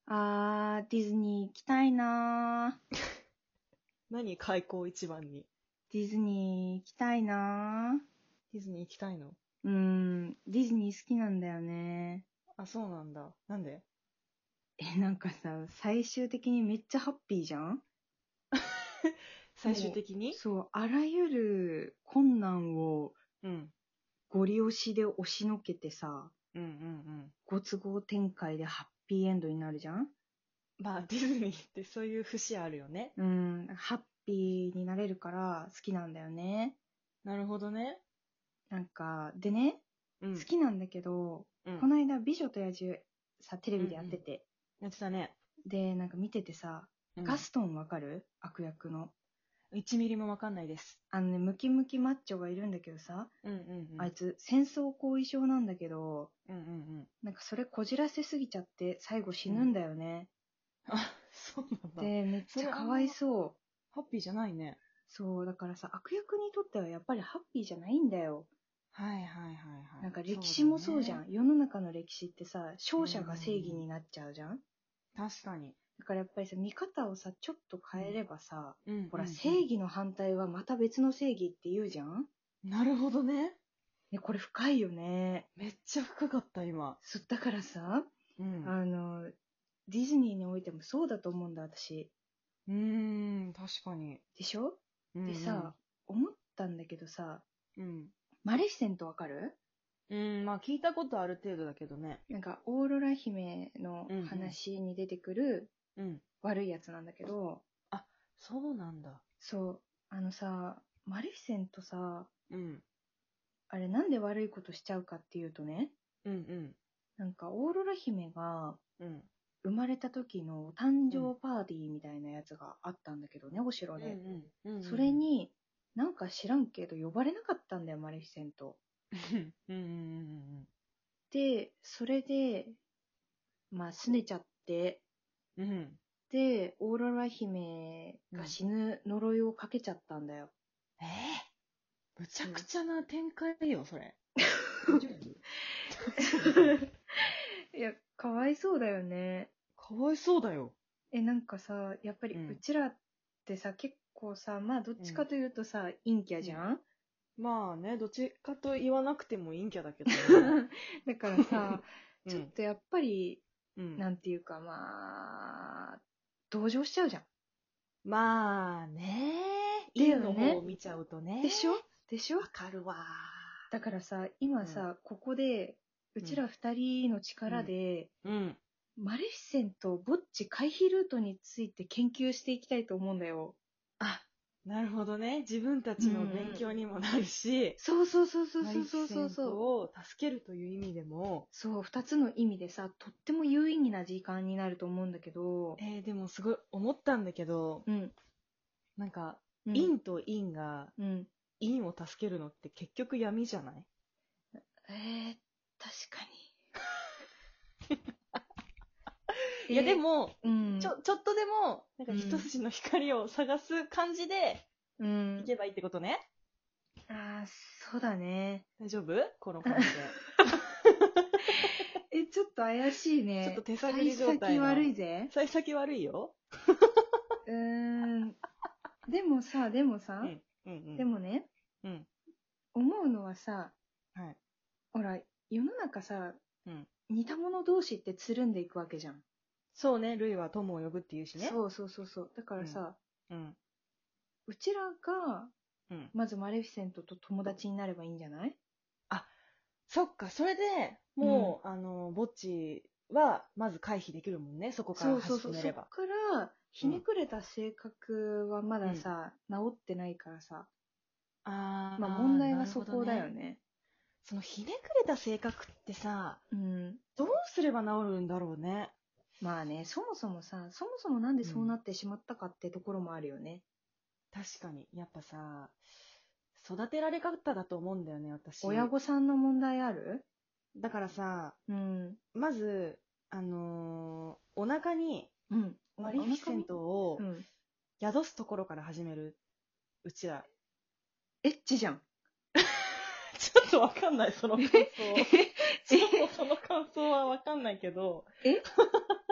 ディズニー行きたいなー。 何開口一番に。 ディズニー行きたいなディズニー行きたいの？ ー。ディズニー好きなんだよね。 あ、そうなんだ。なんで？ なんかさ、最終的にめっちゃハッピーじゃん？ 最終的に？ そう、あらゆる困難をうん。 ゴリ押しで押しのけてさ、 うんうんうん。 ご都合展開でハッピーエンドになるじゃん？ まあ、ディズニーってそういう節あるよね。 ハッピーになれるから好きなんだよね。 なるほどね。 なんか、でね、 うん。 好きなんだけど、 うん。 この間美女と野獣さ、テレビでやってて、 やってたね。 で、なんか見ててさ、 うん。 ガストンわかる？悪役の。 1ミリもわかんないです。 ムキムキマッチョがいるんだけどさ、 うんうんうん。 あいつ戦争後遺症なんだけど、 うんうんうん。 なんかそれこじらせすぎちゃって最後死ぬんだよね。 あ、そうなんだ。 で、めっちゃかわいそう。 ハッピーじゃないね。 そう、だからさ、悪役にとってはやっぱりハッピーじゃないんだよ。 はいはいはいはい。 なんか歴史もそうじゃん。世の中の歴史ってさ、勝者が正義になっちゃうじゃん。 確かに。 だからやっぱりさ、見方をさ、ちょっと変えればさ、ほら、 うんうんうん正義の反対はまた別の正義って言うじゃん。 なるほどね。 ね、これ深いよね。 めっちゃ深かった今。 だからさ、 うん。 ディズニーにおいてもそうだと思うんだ、私。 確かに。 でしょ？ うんうん、 でさ、思ったんだけどさ、 うん。 マレフィセントわかる？ まあ聞いたことある程度だけどね。 なんか、オーロラ姫のうんうん話に出てくるうん。 悪いやつなんだけど、 あ、そうなんだ。 そう、マレフィセントさ、 うん。 あれなんで悪いことしちゃうかっていうとね、 うんうん。 なんかオーロラ姫がうん。 生まれた時の誕生パーティーみたいなやつがあったんだけどね、お城で。 うんうん。 それに、なんか知らんけど呼ばれなかったんだよ、マレフィセント。で、それで、まあ、拗ねちゃって、 うんうん。 で、オーロラ姫が死ぬ呪いをかけちゃったんだよ。 えむちゃくちゃな展開よ、それ。大丈夫？ いや、かわいそうだよね。 かわいそうだよ。 なんかさ、やっぱりうちらってさ、結構さ、まあどっちかというとさ、陰キャじゃん？ まあね、どっちかと言わなくても陰キャだけどね。 だからさ、 うんちょっとやっぱり、 うんなんていうかまあ、同情しちゃうじゃん。 まあね、 だよね陰の方を見ちゃうとね。 でしょ？でしょ？ わかるわ。 だからさ、今さ、ここで、うちら二人の力で、 うん。 マレフィセント、ボッチ回避ルートについて研究していきたいと思うんだよ。 あ、なるほどね。自分たちの勉強にもなるし、 そうそうそうそうマそうそうリフィセンそうそう。 トを助けるという意味でも、 そう、二つの意味でさ、とっても有意義な時間になると思うんだけど、 でもすごい思ったんだけど、 うん、 なんか、 うん、 陰と陰がうん。 陰を助けるのって結局闇じゃない？ 確かいやでも、 に。うん、 ちょっとでも、なんか一筋の光を探す感じでうん。 いけばいいってことね。 そうだね。 大丈夫？この感じで。 ちょっと怪しいね。 ちょっと手探り状態の。 幸先悪いぜ。 幸先悪いよ。 でもさ、でもね、 うん。 思うのはさ、 はい。 ほら、世の中さ、 うん。 似た者同士ってつるんでいくわけじゃん。 そうね、ルイは友を呼ぶっていうしね。 そうそうそうそう。だからさ、 うん。 うちらが、 うん。 まずマレフィセントと友達になればいいんじゃない？ あ、そっか、それでもう、ぼっちは、まず回避できるもんね、そこからそうそうそう。 始めれば。 そっから、ひねくれた性格はまださ、治ってないからさ。 あー、 まあ問題はなるほどそこだよね。 ね。 そのひねくれた性格ってさ、 うん。 どうすれば治るんだろうね。 まあね、そもそもなんでそうなってしまったかってところもあるよね。 確かに。やっぱさ、育てられ方だと思うんだよね、私。 親御さんの問題ある？ だからさ、 うん。 まず、お腹にうん。 マリフィセントをうん。 宿すところから始める。うちら。 エッチじゃん。 ちょっとわかんない、その感想。ちょっとその感想はわかんないけど。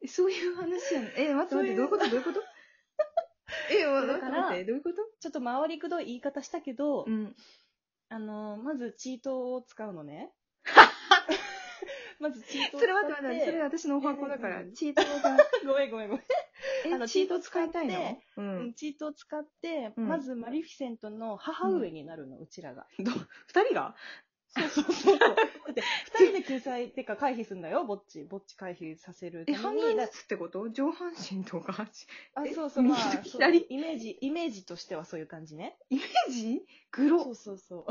そういう話やん。待って待って、 そういうどういうことどういうこと待って待って、どういうことちょっと回りくどい言い方したけど、 うん。 まずチートを使うのね。まずチートをそ使って。 れ待って待って、それ私のお箱だから、 うんチートが。 ごめんごめんごめん。 チート使いたいのチートを使って、 うんまずマリフィセントの母上になるの、うちらが。 二人がそうそうそう。だって、二人で救済ってか回避するんだよ、ぼっち回避させるために。 半分ずつってこと上半身とかそうそう、まあ、 左イメージとしてはそういう感じね。 イメージグロそうそうそう。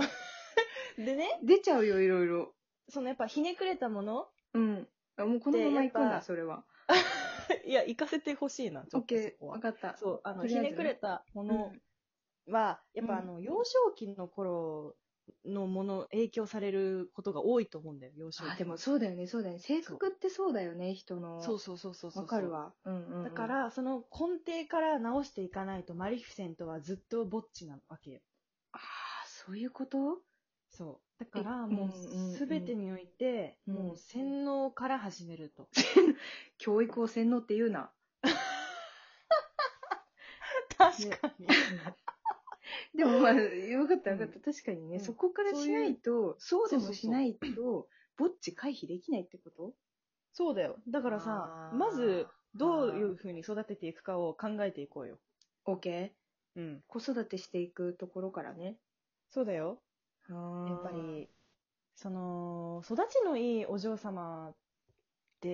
でね、 出ちゃうよ、いろいろ。 やっぱひねくれたものうん。もうこのまま行くんだ、それは。 いや、行かせてほしいな、ちょっとそこは。 オッケー、わかった。 そう、ひねくれたものは、やっぱ幼少期の頃のもの、影響されることが多いと思うんだよ、幼少期。 でもそうだよね、そうだよね。性格ってそうだよね、人の。 そうそうそうそう。 わかるわ。 だから、その根底から直していかないと、マリフィセントはずっとぼっちなわけよ。 そういうこと？ そう。だから、もう、すべてにおいて、もう、洗脳から始めると。 教育を洗脳って言うな。 確かに。 でもまあ、よかったよかった。確かにね、そこからしないと、そうでもしないと、ぼっち回避できないってこと？ そうだよ。だからさ、まず、どういうふうに育てていくかを考えていこうよ。 OK？ うん。 子育てしていくところからね。 そうだよ。やっぱり、育ちのいいお嬢様って、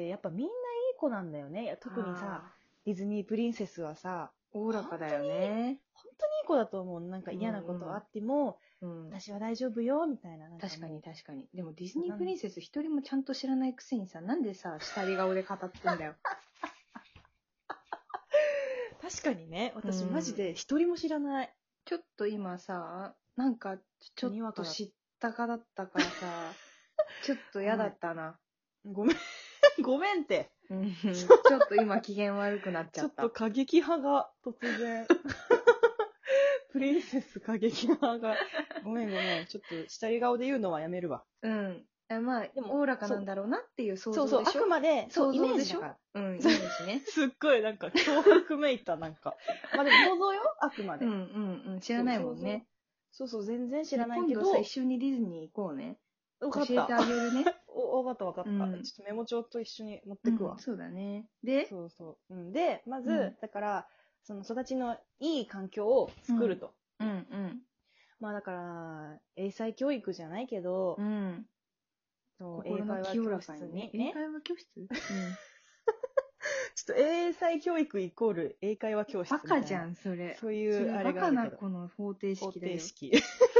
やっぱみんないい子なんだよね。特にさ、ディズニープリンセスはさ、 おおらかだよね。 本当にいい子だと思う。なんか嫌なことあっても、私は大丈夫よ、みたいな。 確かに確かに。でもディズニープリンセス一人もちゃんと知らないくせにさ、なんでさ、下り顔で語ってんだよ。 確かにね、私マジで一人も知らない。 ちょっと今さ、なんかちょっと知ったかだったからさ、ちょっと嫌だったな。 ごめん。ごめんって。 ちょっと今機嫌悪くなっちゃった。 ちょっと過激派が突然。プリンセス過激派が。ごめん。ちょっと下り顔で言うのはやめるわ。 まあ、でもおおらかなんだろうなっていう想像でしょ。 そう、あくまで、そう、イメージだから。 イメージね。 すっごいなんか、脅迫めいた、なんか。まあでも想像よ、あくまで。 知らないもんね。 そう、全然知らないけど。 今度さ、一緒にディズニー行こうね。 教えてあげるね。 わかった。ちょっとメモ帳と一緒に持ってくわ。 そうだね。で、 で、まず、だから、その育ちのいい環境を作ると。まあだから、英才教育じゃないけど、 英会話教室に。英会話教室？ちょっと英才教育イコール英会話教室みたいな。 バカじゃん、それ。 そういうあれがあるけど。 バカなこの方程式だよ。 方程式。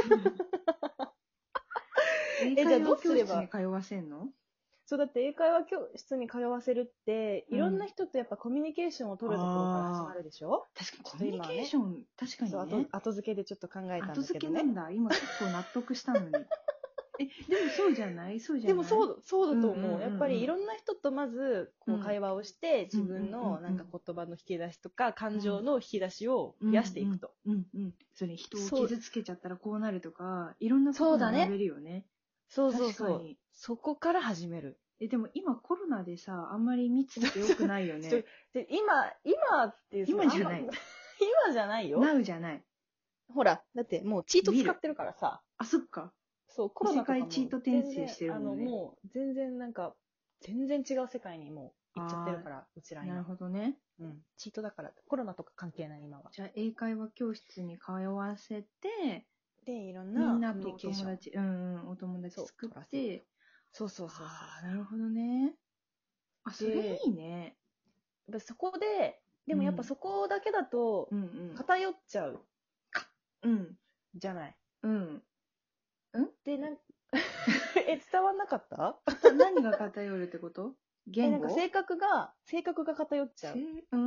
英会話教室に通わせんの？ そう、だって英会話教室に通わせるって、いろんな人とやっぱコミュニケーションを取るところから始まるでしょ？ 確かに、コミュニケーション、確かにね。 後付けでちょっと考えたんだけどね。 後付けなんだ。今結構納得したのに。でもそうじゃない？ でもそうだと思う。やっぱりいろんな人とまずこう会話をして、自分のなんか言葉の引き出しとか、感情の引き出しを増やしていくと。 それ人を傷つけちゃったらこうなるとか、いろんなことが学べるよね。 そう。そこから始める。 でも今コロナでさ、あんまり密って良くないよね。 で今っていう。 今じゃない。 今じゃないよ。 Now じゃない。 ほら、だってもうチート使ってるからさ。 そっか。 そう、コロナとかも世界チート転生してるもんね。 もう全然全然違う世界にもう行っちゃってるから、うちら今。 なるほどね。 チートだから、コロナとか関係ない今は。 じゃあ英会話教室に通わせて、 で、いろんなみんなとお友達、お友達作って、 そう。 なるほどね。それいいね。 そこで、でもやっぱそこだけだと、偏っちゃう。じゃない。で、伝わんなかった？ 何が偏るってこと？言語？ なんか性格が偏っちゃう。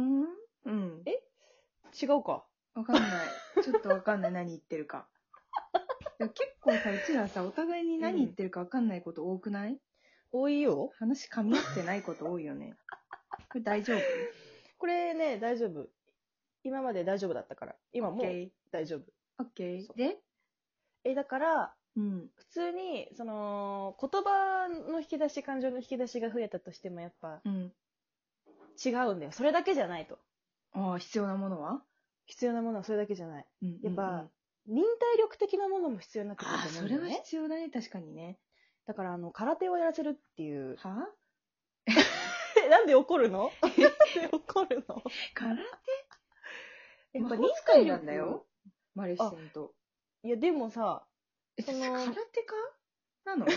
違うか。 わかんない。ちょっとわかんない。何言ってるか。結構さ、うちらさ、お互いに何言ってるかわかんないこと多くない？ 多いよ。 話噛み合ってないこと多いよね。これ大丈夫？ これね、大丈夫。今まで大丈夫だったから。今もう大丈夫。 OK。で？ だから、普通に、言葉の引き出し、感情の引き出しが増えたとしても、やっぱ、 違うんだよ。それだけじゃないと。 ああ、必要なものはそれだけじゃない。やっぱ、 忍耐力的なものも必要になってくると思うんだよね。 それは必要だね、確かにね。 だから、空手をやらせるっていう。 はなんで怒るのなんで怒るの空手やっぱ忍耐力なんだよ。マレフィセント。 いや、でもさ、 空手家なの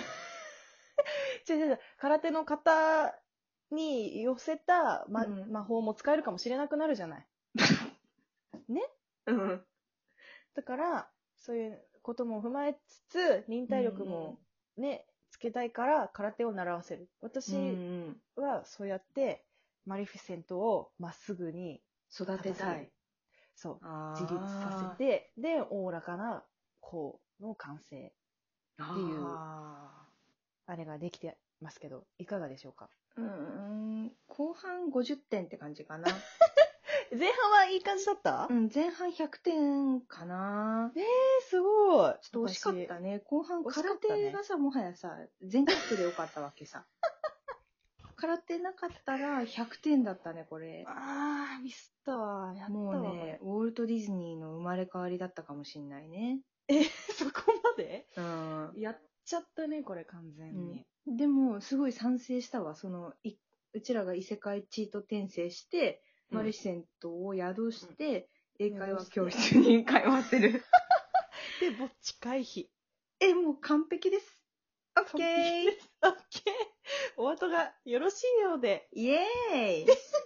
空手の型に寄せた、魔法も使えるかもしれなくなるじゃない。ね、だから、そういうことも踏まえつつ、忍耐力もね、つけたいから空手を習わせる。私はそうやって、マレフィセントをまっすぐに育てたい。 そう。自立させて、で、おおらかな子の完成っていう、あれができてますけど、いかがでしょうか？ 後半50点って感じかな。 前半はいい感じだった？ 前半100点かな。 すごい。 ちょっと惜しかったね。後半空手がさ、もはやさ、全カップでよかったわけさ。空手なかったら100点だったね、これ。 ミスったわ。やったわ。 もうね、ウォルト・ディズニーの生まれ変わりだったかもしんないね。 そこまで？やっちゃったね、これ完全に。 でも、すごい賛成したわ。うちらが異世界チート転生して、マレフィセントを宿して、英会話教室に通わせる。 で、ぼっち回避。 もう完璧です。オッケー。 オッケー。お後がよろしいようで。 イエーイ